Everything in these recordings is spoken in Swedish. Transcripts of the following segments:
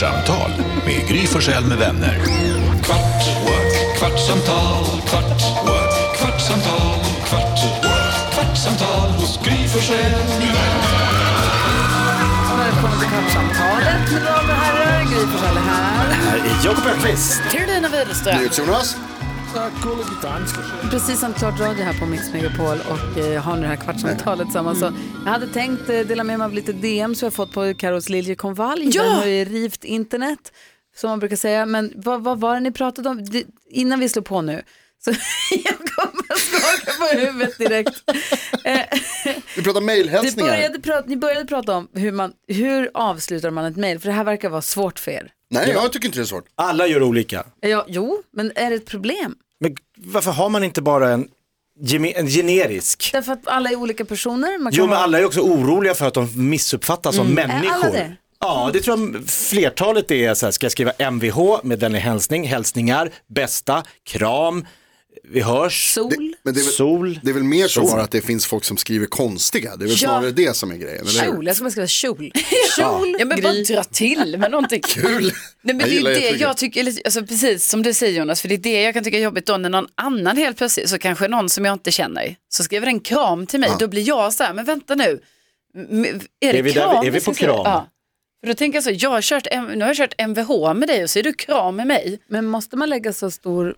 Kvartsamtal med Gry Forssell med vänner. Kvart, what? Kvartsamtal, kvart, what? Kvartsamtal, kvart, what? Kvartsamtal hos Gry Forssell med vänner. Välkommen till Kvartsamtalet med damer och herrar. Gry Forssell här. Här är Jakob Öqvist. Carolina Widerström. Jonas. Precis som klart radio här på Mix Megapol och har nu det här Kvartsamtalet tillsammans. Så jag hade tänkt dela med mig av lite DM som jag fått på Karos liljekonvalj. Ja! Den har ju rivt internet, som man brukar säga. Men vad var det ni pratade om? Innan vi slår på nu. Så jag kommer att skaka på huvudet direkt. Vi pratar mejlhälsningar. Ni började prata om hur avslutar man ett mejl. För det här verkar vara svårt för er. Nej, jag tycker inte det är svårt. Alla gör olika. Ja, jo, men är det ett problem? Men varför har man inte bara en generisk? Därför att alla är olika personer. Men alla är också oroliga för att de missuppfattas som människor. Är alla det? Ja, det tror jag flertalet är så här, ska jag skriva MVH med den hälsning, hälsningar, bästa, kram, vi hörs. Sol. Men det är väl mer så bara att det finns folk som skriver konstiga. Det är väl snarare det som är grejen. Kjol, jag ska bara skriva kjol. Ja, men bara dra till med någonting. Kul. Nej, men det är det jag tycker, alltså, precis som du säger Jonas, för det är det jag kan tycka är jobbigt då när någon annan helt plötsligt, så kanske någon som jag inte känner, så skriver en kram till mig, då blir jag så här, men vänta nu, är det kram? Är vi på kram? Ja. För då tänker jag så, nu har jag kört MVH med dig och så är du kram med mig. Men måste man lägga så stor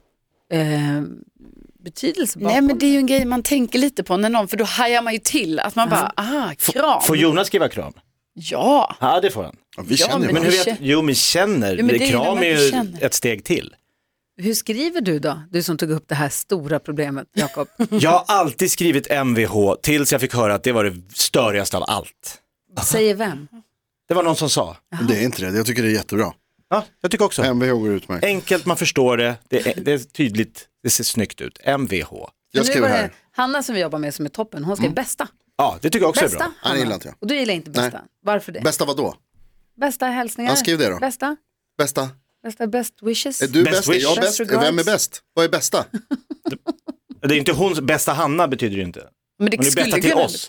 betydelse bakom? Nej, men det är ju en grej man tänker lite på när någon, för då hajar man ju till att man bara, kram. Får Jonas skriva kram? Ja. Ja, det får han. Ja, vi känner Men hur vet, men känner. Jo, men det är kram det är ju känner. ett steg till. Hur skriver du då? Du som tog upp det här stora problemet, Jakob. Jag har alltid skrivit MVH tills jag fick höra att det var det störigaste av allt. Säger vem? Det var någon som sa. Men det är inte det, jag tycker det är jättebra. Ja, jag tycker också. MVH går ut med. Enkelt, man förstår det. Det är tydligt, det ser snyggt ut. MVH. Jag skriver här. Hanna som vi jobbar med som är toppen, hon skrev bästa. Ja, det tycker jag också Bästa, är bra. Han gillar inte jag. Och du gillar inte bästa. Nej. Varför det? Bästa vad då? Bästa hälsningar. Ja, skriv det då. Bästa. Bäst Wishes. Är du Best bäst? wish. Jag Best bäst. regards. Vem är bäst? Vad är bästa? Det är inte hon, bästa Hanna betyder det inte. Men det Hon är skulle bästa till kunna- oss.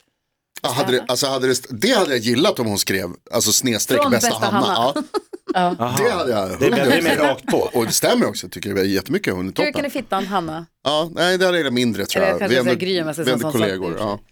Det hade jag gillat om hon skrev, alltså snedstreck Från bästa bästa Hanna. Hanna. Ja. Aha. Det hade jag. Det är mer rakt på. Och det stämmer också, tycker jag jättemycket. Hon är Kuken toppen. i fittan, Hanna. Ja, nej, det hade jag mindre tror Eller jag. kanske Vi är säga Gry om jag säger vi är ändå sånt kollegor. sagt. Ja.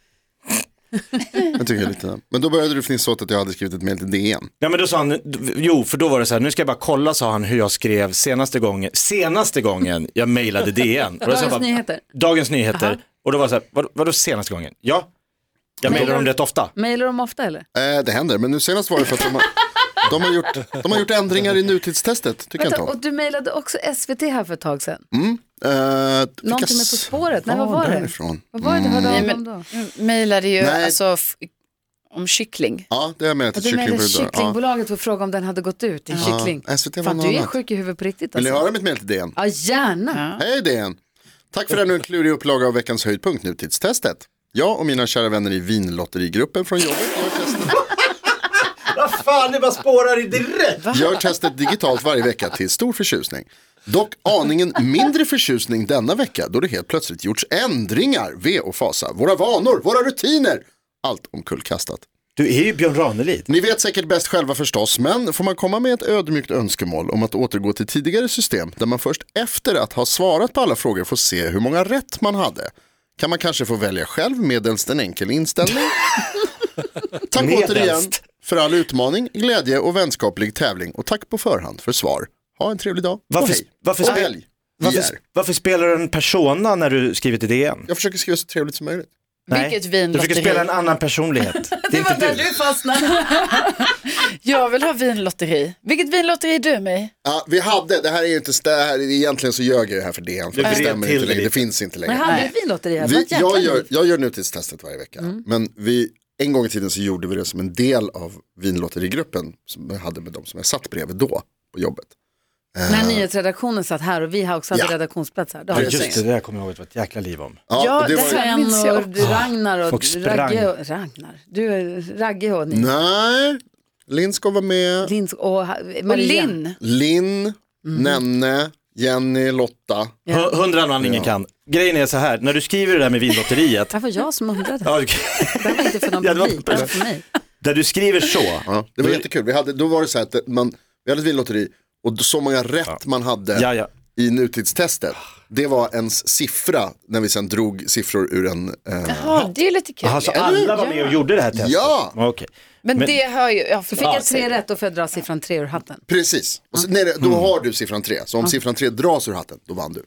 Jag tycker lite. Men då började du fnissa åt att jag hade skrivit ett mejl till DN. Ja, men då sa han, för då var det så här, nu ska jag bara kolla, sa han, hur jag skrev senaste gången jag mejlade DN. Och då sa jag Dagens Nyheter. Dagens Nyheter. Och då var det så här, vadå senaste gången? Ja, jag mejlar dem rätt ofta. Mejlar de ofta eller? Det händer, men nu senast var det för att de har gjort ändringar i nutidstestet, tycker jag Vänta, inte och om. du mejlade också SVT här för ett tag sedan. Någonting med På spåret. Nej, vad var det? Därifrån. Vad var det du hörde Nej, om då? mejlade ju Nej. alltså om kyckling. Ja, det har jag med till Du mejlade kyckling. kycklingbolaget för att fråga om den hade gått ut, din kyckling. SVT var Fan, något du är annat. sjuk i huvudet på riktigt Vill ni alltså. höra mitt mejl till DN? Ja, gärna. Hej DN! Tack för ännu en klurig upplaga av veckans höjdpunkt, nutidstestet. Jag och mina kära vänner i vinlotterigruppen från jobbet Vad fan, det bara spårar i direkt. gör testet digitalt varje vecka till stor förtjusning. Dock aningen mindre förtjusning denna vecka då det helt plötsligt gjorts ändringar, ve och fasa. Våra vanor, våra rutiner, allt omkullkastat. Du är ju Björn Ranelid. Ni vet säkert bäst själva förstås, men får man komma med ett ödmjukt önskemål om att återgå till tidigare system där man först efter att ha svarat på alla frågor får se hur många rätt man hade. Kan man kanske få välja själv medelst en enkel inställning? Tack Medelst. återigen för all utmaning, glädje och vänskaplig tävling och tack på förhand för svar. Ha en trevlig dag och hej. Varför, Och spel, helg. Vi är. varför spelar du en persona när du skriver till DN? Jag försöker skriva så trevligt som möjligt. Vilket Du vinlotteri? försöker spela en annan personlighet. Det är inte du. fastnade. Jag vill ha vinlotteri. Vilket vinlotteri är du med? Ja, vi hade, det här är ju inte, det här, egentligen så ljög jag ju här för DN för Det det vred stämmer till inte längre, lite. det finns inte längre. Men hade ett vinlotteri här. Jag gör nutidstestet varje vecka. Men en gång i tiden så gjorde vi det som en del av vinlotterigruppen som jag hade med dem som jag satt bredvid då på jobbet. När nyhetsredaktionen satt här och vi har också hade Ja. redaktionsplats här. Då Ja, har vi just sett. det där kommer jag ihåg att det var ett jäkla liv om. Ja, och det var ju- här minns jag. Och Ragnar och Folk sprang. Ragnar. Du är Ragge och ni. Nej, Linn ska vara med. Lins och Och Maria. Linn. Nenne, Jenny, Lotta. 100 man ingen kan. Grejen är så här, när du skriver det där med vinlotteriet. Det var jag som undrade. Ja, Det var inte för någon Ja, det var- publik, det var för mig. där du skriver så. Ja, det var jättekul. Då var det så här att Vi hade ett vinlotteri och så många rätt man hade i nutidstestet. Det var ens siffra när vi sen drog siffror ur en... Jaha, det är lite kul. Så alla var med och gjorde det här testet? Ja! Okay. Men det hör ju... Ja, du fick jag 3 rätt och får jag dra siffran 3 ur hatten. Precis. Och så, då har du siffran 3. Så om siffran 3 dras ur hatten, då vann du.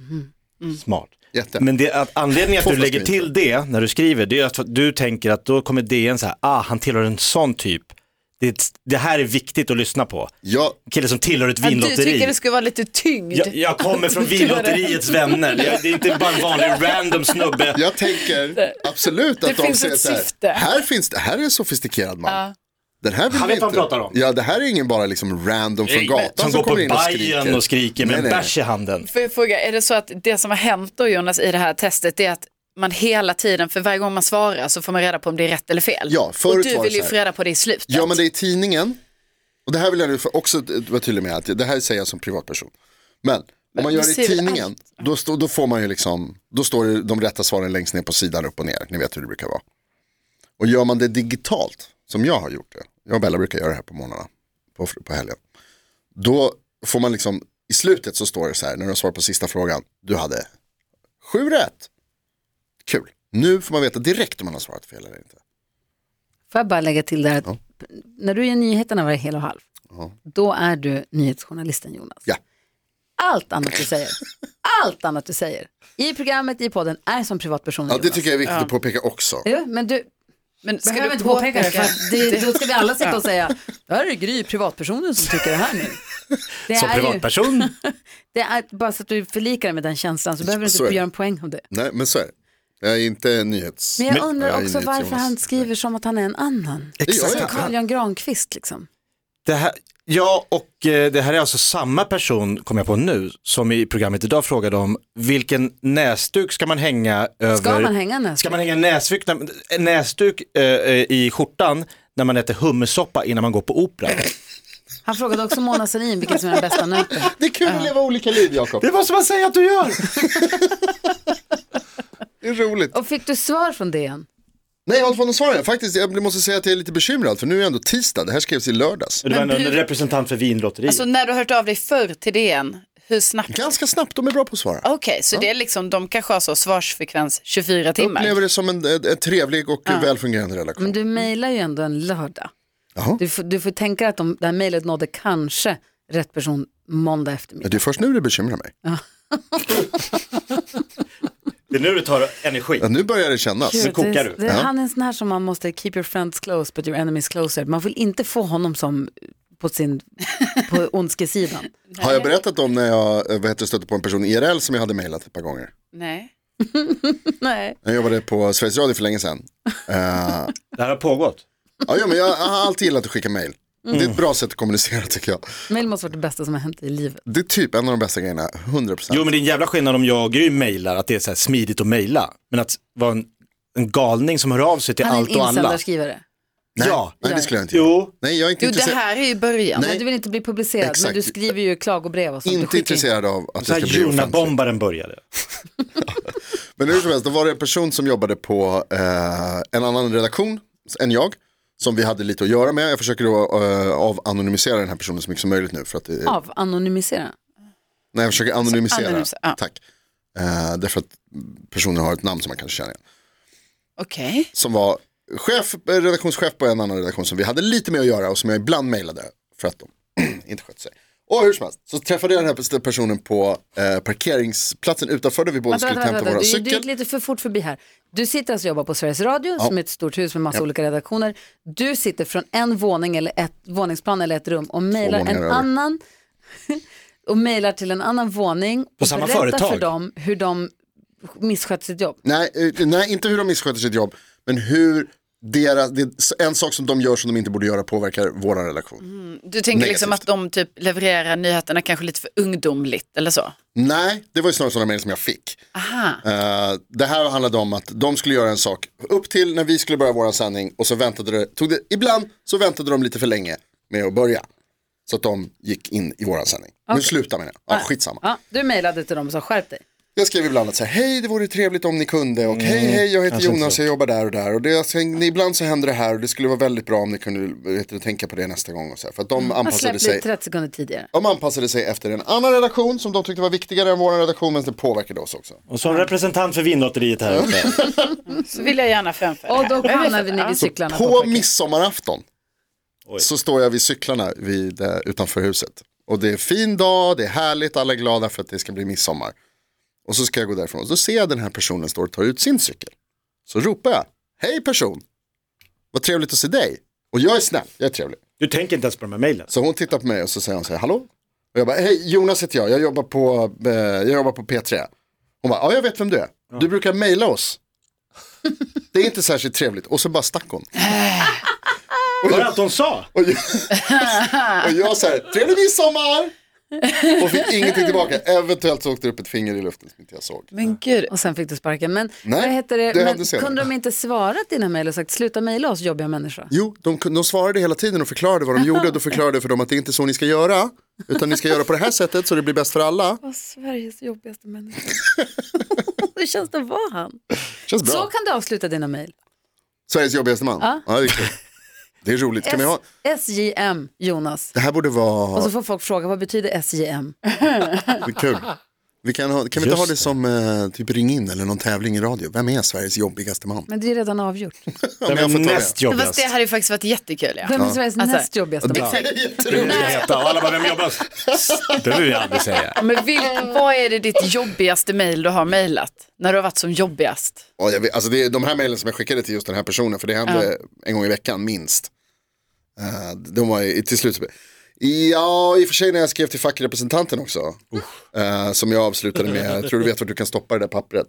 Smart. Jätte. Men anledningen att du lägger till det när du skriver, det är att du tänker att då kommer DN så här, han tillhör en sån typ. Det här är viktigt att lyssna på. Ja. Kille som tillhör ett vinlotteri. Du tycker det skulle vara lite tyngd. Jag kommer från vinlotteriets vänner. Det är inte bara en vanlig random snubbe. Jag tänker absolut att de säger så här. Här är en sofistikerad man. Ja. Den här vill han vet vad han pratar om. Ja, det här är ingen bara liksom random från gatan som går på Bajen och skriker med en bärs i handen. Får jag fråga, är det så att det som har hänt då, Jonas, i det här testet är att man hela tiden, för varje gång man svarar så får man reda på om det är rätt eller fel. Ja, och du vill ju få reda på det i slutet. Ja, men det är i tidningen. Och det här vill jag nu också vara tydlig med, att det här säger jag som privatperson. Men om man gör det i tidningen, då får man ju liksom, då står det de rätta svaren längst ner på sidan upp och ner. Ni vet hur det brukar vara. Och gör man det digitalt, som jag har gjort det, jag och Bella brukar göra det här på morgnarna, på helgen. Då får man liksom, i slutet så står det så här, när du svarar på sista frågan, du hade 7 rätt. Kul. Nu får man veta direkt om man har svarat fel eller inte. Får jag bara lägga till där att när du gör nyheterna varje hel och halv, då är du nyhetsjournalisten Jonas. Ja. Allt annat du säger i programmet, i podden är som privatperson. Ja, det tycker jag är viktigt att påpeka också. Ja, men ska behöver inte påpeka det, för då ska vi alla sitta och säga, det här är Gry, privatpersonen som tycker det här nu. Det som privatperson? Det är bara så att du förlikar dig med den känslan, så behöver du inte göra en poäng om det. Nej, men så är det. Jag är inte nyhets... Men jag undrar också varför han skriver som att han är en annan. Exakt. Carl-Jan Granqvist liksom. Det här, det här är alltså samma person, kommer jag på nu, som i programmet idag frågade om vilken näsduk ska man hänga över. Ska man hänga näsduk? Ska man hänga näsduk i skjortan när man äter hummersoppa innan man går på opera? Han frågade också Mona Sahlin vilken som är den bästa nöten. Det är kul att leva olika liv, Jakob. Det var som man säger att du gör. Det är roligt. Och fick du svar från DN? Nej, jag har inte fått något svar. Faktiskt, jag måste säga att jag är lite bekymrad, för nu är det ändå tisdag. Det här skrevs i lördags. Du var en representant för vinlotteriet. Alltså när du har hört av dig förr till DN, hur snabbt? Ganska snabbt, de är bra på att svara. Okej, så det är liksom, de kanske har så svarsfrekvens 24 timmar. Jag upplever det som en trevlig och välfungerande relation. Men du mejlar ju ändå en lördag. Du får tänka att det här mejlet nådde kanske rätt person måndag eftermiddag. Det är först nu det bekymrar mig. Det är nu du tar energi. Ja, nu börjar det kännas. Gud, nu kokar du. Han är en sån här som man måste keep your friends close but your enemies closer. Man vill inte få honom som på ondskesidan. Har jag berättat om när jag stötte på en person IRL som jag hade mejlat ett par gånger? Nej. Nej. Jag jobbade på Sveriges Radio för länge sedan. Det här har pågått. Ja, men jag har alltid gillat att skicka mejl. Det är ett bra sätt att kommunicera, tycker jag. Mejl måste vara det bästa som har hänt i livet. Det är typ en av de bästa grejerna, 100%. Jo, men det är en jävla skillnad om jag ju mejlar, att det är så här smidigt att mejla. Men att vara en galning som hör av sig till allt och alla. Han är en insändarskrivare. Nej, det skulle jag inte göra. Jo. Nej, jag är inte intresserad. Det här är ju början. Nej, du vill inte bli publicerad, Exakt. men du skriver ju klagobrev och sånt. Inte intresserad av att det ska bli offentligt. Juna-bombaren började. Men hur som helst, då var det en person som jobbade på en annan redaktion än jag, som vi hade lite att göra med. Jag försöker då avanonymisera den här personen så mycket som möjligt nu. För att Avanonymisera? Nej, jag försöker anonymisera. Ja. Tack. Därför att personen har ett namn som man kan känna igen. Okej. Som var redaktionschef på en annan redaktion som vi hade lite med att göra och som jag ibland mejlade för att de inte skötte sig. Och hur som helst, så träffade jag den här personen på parkeringsplatsen utanför där vi båda skulle hämta våra cykel. Du gick lite för fort förbi här. Du sitter alltså och jobbar på Sveriges Radio som är ett stort hus med massa olika redaktioner. Du sitter från en våning eller ett våningsplan eller ett rum och mejlar en annan och mejlar till en annan våning på och samma berättar företag för dem hur de missköter sitt jobb. Nej, inte hur de missköter sitt jobb, men hur en sak som de gör som de inte borde göra påverkar våra relation. Du tänker negativt. liksom att de typ levererar nyheterna kanske lite för ungdomligt eller så? Nej, det var ju snarare sådana mejl som jag fick. Aha. Det här handlade om att de skulle göra en sak upp till när vi skulle börja våran sändning och så ibland så väntade de lite för länge med att börja. Så att de gick in i våran sändning. Nu slutar med det. Ja, skitsamma. Ja, du mejlade till dem och sa skärp dig. Jag skrev ibland att säga, hej det vore trevligt om ni kunde och hej jag heter Jonas, jag jobbar där och där och ibland så händer det här och det skulle vara väldigt bra om ni kunde tänka på det nästa gång och så här, för att de anpassade sig 30 sekunder tidigare. De anpassade sig efter en annan redaktion som de tyckte var viktigare än vår redaktion, men det påverkade oss också. Och så en representant för Vinlotteriet här uppe. Så vill jag gärna framföra. Och då hamnar vi vid cyklarna. På midsommarafton så står jag vid cyklarna utanför huset. Och det är fin dag, det är härligt, alla är glada för att det ska bli midsommar. Och så ska jag gå därifrån och så ser jag den här personen står och tar ut sin cykel. Så ropar jag, hej person, vad trevligt att se dig. Och jag är snäll, jag är trevlig. Du tänker inte ens på de här mejlen. Så hon tittar på mig och så säger hon så här, hallå? Och jag bara, hej Jonas heter jag jobbar på P3. Hon bara, ja jag vet vem du är. Du brukar mejla oss. Det är inte särskilt trevligt. Och så bara stack hon. Vad var allt hon sa? Och jag så här, trevlig midsommar! Och fick ingenting tillbaka. Eventuellt så åkte det upp ett finger i luften som inte jag såg. Men gud. Och sen fick du sparken. Men, Nej, vad heter det? det Men kunde de inte svarat dina mejl och sagt sluta mejla oss jobbiga människor? Jo, de svarade hela tiden och förklarade vad de gjorde. Då förklarade för dem att det inte är så ni ska göra. Utan ni ska göra på det här sättet så det blir bäst för alla. Sveriges jobbigaste människa. Hur känns det att vara han? Känns bra. Så kan du avsluta dina mejl. Sveriges jobbigaste man. Ja. Ja, det är kul. Det är roligt. Kan vi ha... SJM, Jonas. Det här borde vara... Och så får folk fråga, vad betyder SJM? Det är kul. Kan vi inte ha det som typ ring in eller någon tävling i radio? Vem är Sveriges jobbigaste man? Men det är redan avgjort. Vem är näst jobbigast? Fast det hade ju faktiskt varit jättekul. Ja. Vem är Sveriges näst jobbigaste man? Det är jätteroligt. Och alla bara, vem jobbas? Det vill jag aldrig säga. Men vad är det ditt jobbigaste mejl du har mejlat? När du har varit som jobbigast? Ja, alltså det är de här mejlen som jag skickade till just den här personen. För det hände en gång i veckan minst. De var till slut. Ja, i och för sig när jag skrev till fackrepresentanten också. Som jag avslutade med, jag tror du vet vart du kan stoppa det där pappret.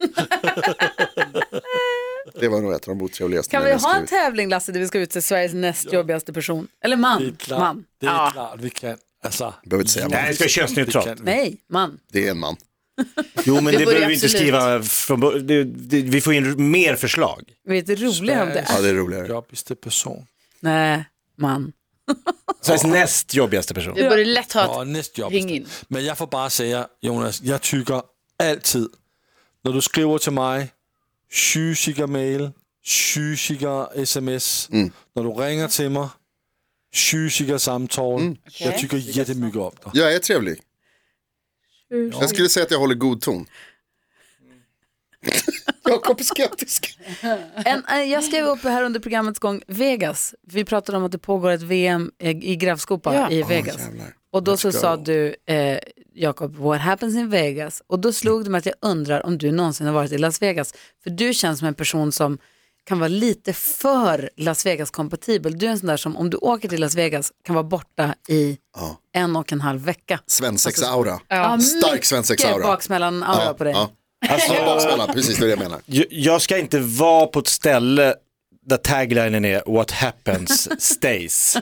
Det var nog ett av de otrevligaste. Kan vi ha en tävling, Lasse, där vi ska utse Sveriges näst jobbigaste person? Eller man? Det är klart, Man. det är klart vi kan. Alltså, behöver inte säga man. Nej, det ska vara könsneutralt. Nej, man. Det är en man. Jo, men det behöver vi inte absolut. skriva från vi får in mer förslag. Vet du roligare om det Ja, är? det är roligare. jobbigaste person. Nej, man. Sveriges näst jobbigaste person. Vi borde lätt ha Ja, ett näst ring in. jobbigaste. Men jag får bara säga, Jonas, jag tycker alltid, när du skriver till mig, tjusiga mail, tjusiga sms, när du ringer till mig, tjusiga samtal, jag tycker jättemycket om det. Jag är trevlig. Jag skulle säga att jag håller god ton. Jakob är skeptisk. Jag skrev upp här under programmets gång Vegas. Vi pratade om att det pågår ett VM i grävskopa i Vegas. Och då så sa du, Jakob, what happens in Vegas? Och då slog det mig att jag undrar om du någonsin har varit i Las Vegas. För du känns som en person som kan vara lite för Las Vegas-kompatibel. Du är en sån där som om du åker till Las Vegas kan vara borta i 1,5 vecka. Svensex-aura. Ja, Stark svensex-aura. baksmällan-aura på dig. Ja. Alltså, baksmällan, precis det jag menar. Jag ska inte vara på ett ställe där taglinen är what happens stays.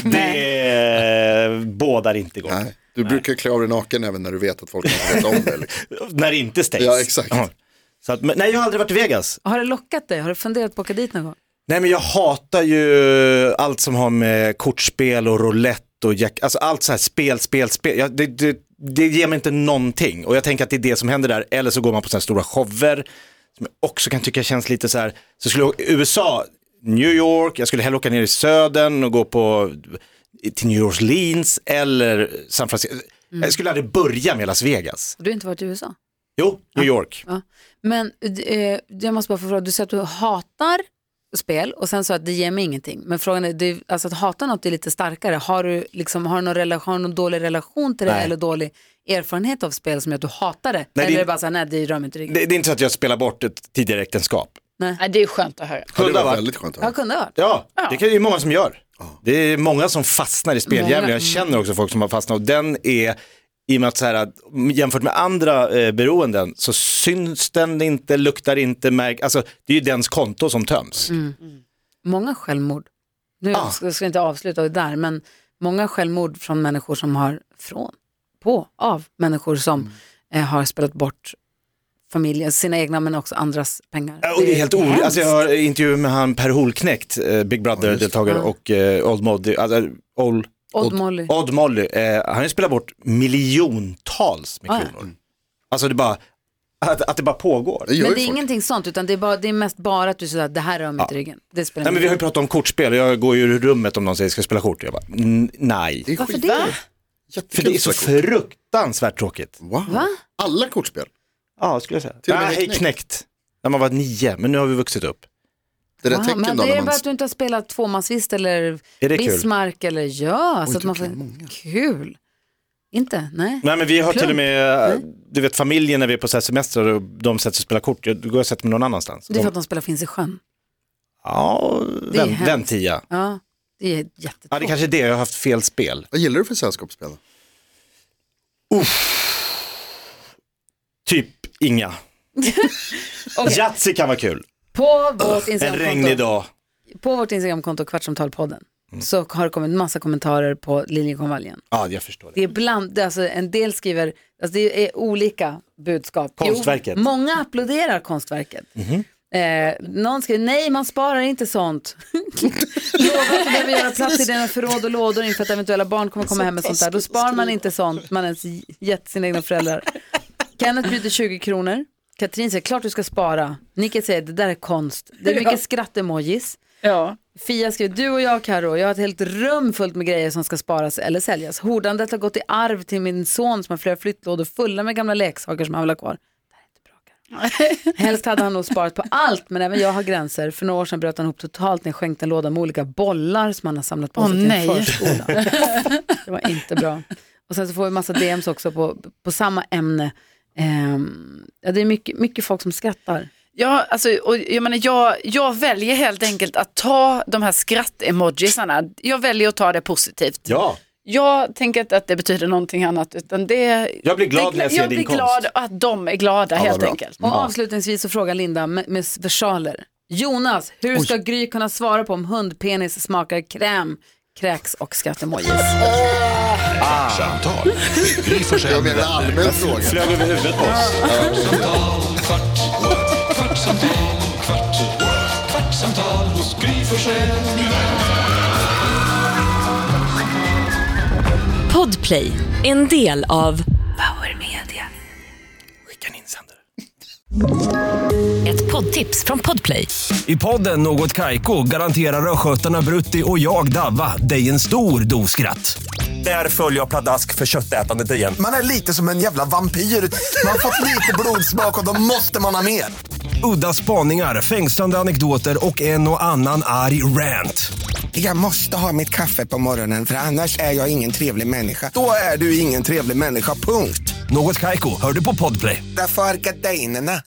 Det bådar inte gott. Nej. Du brukar klä av dig naken även när du vet att folk inte vet om det. Liksom. När det inte stays. Ja, exakt. Ja. Så att, men, nej, jag har aldrig varit i Vegas. Har det lockat dig? Har du funderat på att åka dit någon gång? Nej, men jag hatar ju allt som har med kortspel och roulette och alltså allt så här spel. Det ger mig inte någonting. Och jag tänker att det är det som händer där. Eller så går man på så här stora shower som jag också kan tycka känns lite så här. Så skulle jag USA, New York, jag skulle hellre åka ner i södern och gå till New Orleans eller San Francisco. Jag skulle aldrig börja med Las Vegas. Du har inte varit i USA? Jo, New York. Ja. Men jag måste bara få fråga, du säger att du hatar spel och sen så att det ger mig ingenting. Men frågan är, alltså att hata något är lite starkare. Har du någon dålig relation till det eller dålig erfarenhet av spel som gör att du hatar det? Nej, eller är det bara så här, nej det rör mig inte riktigt. Det är inte så att jag spelar bort ett tidigare äktenskap. Nej, det är skönt att höra. Det var väldigt skönt. Jag kunde ha varit. Ja, det kan ju många som gör. Det är många som fastnar i speljävlar. Jag känner också folk som har fastnat och den är i och med att så här, jämfört med andra beroenden så syns den inte, luktar inte, alltså det är ju dens konto som töms. Många självmord. Nu ska jag inte avsluta det där, men många självmord från människor som har av människor som har spelat bort familjen, sina egna men också andras pengar. Och det är helt orimligt. Alltså jag har intervju med han Per Holknekt, Big Brother-deltagare och Old Molly. Han har spelat bort miljontals med kronor. Alltså det bara, Att det bara pågår. Men det är ingenting sånt, utan det är mest bara att du säger att det här rör mig i ryggen. Det spelar nej, men vi har ju pratat om kortspel och jag går ju ur rummet om någon säger ska spela kort. Jag bara, nej. Varför det? För det är så fruktansvärt tråkigt. Wow. Va? Alla kortspel? Ja, skulle jag säga. Nej, knäckt. När man var 9, men nu har vi vuxit upp. Det där tecken men då, det är bara att du inte har spelat tvåmansvist eller Bismarck eller så att man får kul. Inte, nej. Nej, men vi har till och med, du vet familjen när vi är på semester och de sätter sig och spelar kort, då går jag och sätter mig någon annanstans. Det är för att de spelar Finns i sjön. Ja, väntia. Ja, det är jättetråkigt. Ja, det är kanske det, jag har haft fel spel. Vad gillar du för sällskapsspel? Typ inga. Yatzy kan vara kul. På vårt En regnig dag. På vårt Instagramkonto Kvartsamtalpodden så har det kommit en massa kommentarer på Liljekonvaljen. Ja, jag förstår det. Det är alltså en del skriver, alltså det är olika budskap. Konstverket. Jo, många applåderar konstverket. Någon skriver, nej man sparar inte sånt. Lovar att du behöver göra plats i dina förråd och lådor inför att eventuella barn kommer komma hem med sånt där. Då sparar man inte sånt, man ens gett sina egna föräldrar. Kenneth bjuder 20 kronor. Katrin säger, klart du ska spara. Nicke säger, det där är konst. Det är mycket skratt-emojis. Ja. Fia skriver, du och jag Karo, jag har ett helt rum fullt med grejer som ska sparas eller säljas. Hordandet har gått i arv till min son som har flera flyttlådor fulla med gamla leksaker som han vill ha kvar. Det här är inte bra. Helst hade han nog sparat på allt, men även jag har gränser. För några år sedan bröt han ihop totalt när jag skänkte en låda med olika bollar som han har samlat på sig till en förskola. Det var inte bra. Och sen så får vi massa DMs också på samma ämne. Det är mycket folk som skrattar. Ja, alltså, och jag menar, jag väljer helt enkelt att ta de här skratt-emojisarna. Jag väljer att ta det positivt. Ja. Jag tänker inte att det betyder någonting annat, utan jag blir glad när jag ser din konst. Jag blir glad att de är glada, helt enkelt. Och avslutningsvis så frågar Linda med versaler. Jonas, hur ska Gry kunna svara på om hundpenis smakar kräm, kräks och skrattemojis? Kvartsamtal. Gry Forssell med vänner. Allmän fråga. Flög över huvudet på oss. Kvartsamtal hos Gry Forssell med vänner. Podplay, en del av Power Media. Skicka en insändare. Ett poddtips från Podplay. I podden Något Kaiko garanterar röskötarna Brutti och jag Davva dig en stor doskratt. Där följer jag pladask för köttätandet igen. Man är lite som en jävla vampyr. Man har fått lite blodsmak och då måste man ha mer. Udda spaningar, fängslande anekdoter och en och annan arg rant. Jag måste ha mitt kaffe på morgonen för annars är jag ingen trevlig människa. Då är du ingen trevlig människa, punkt. Något Kaiko, hör du på Podplay. Därför är gardinerna.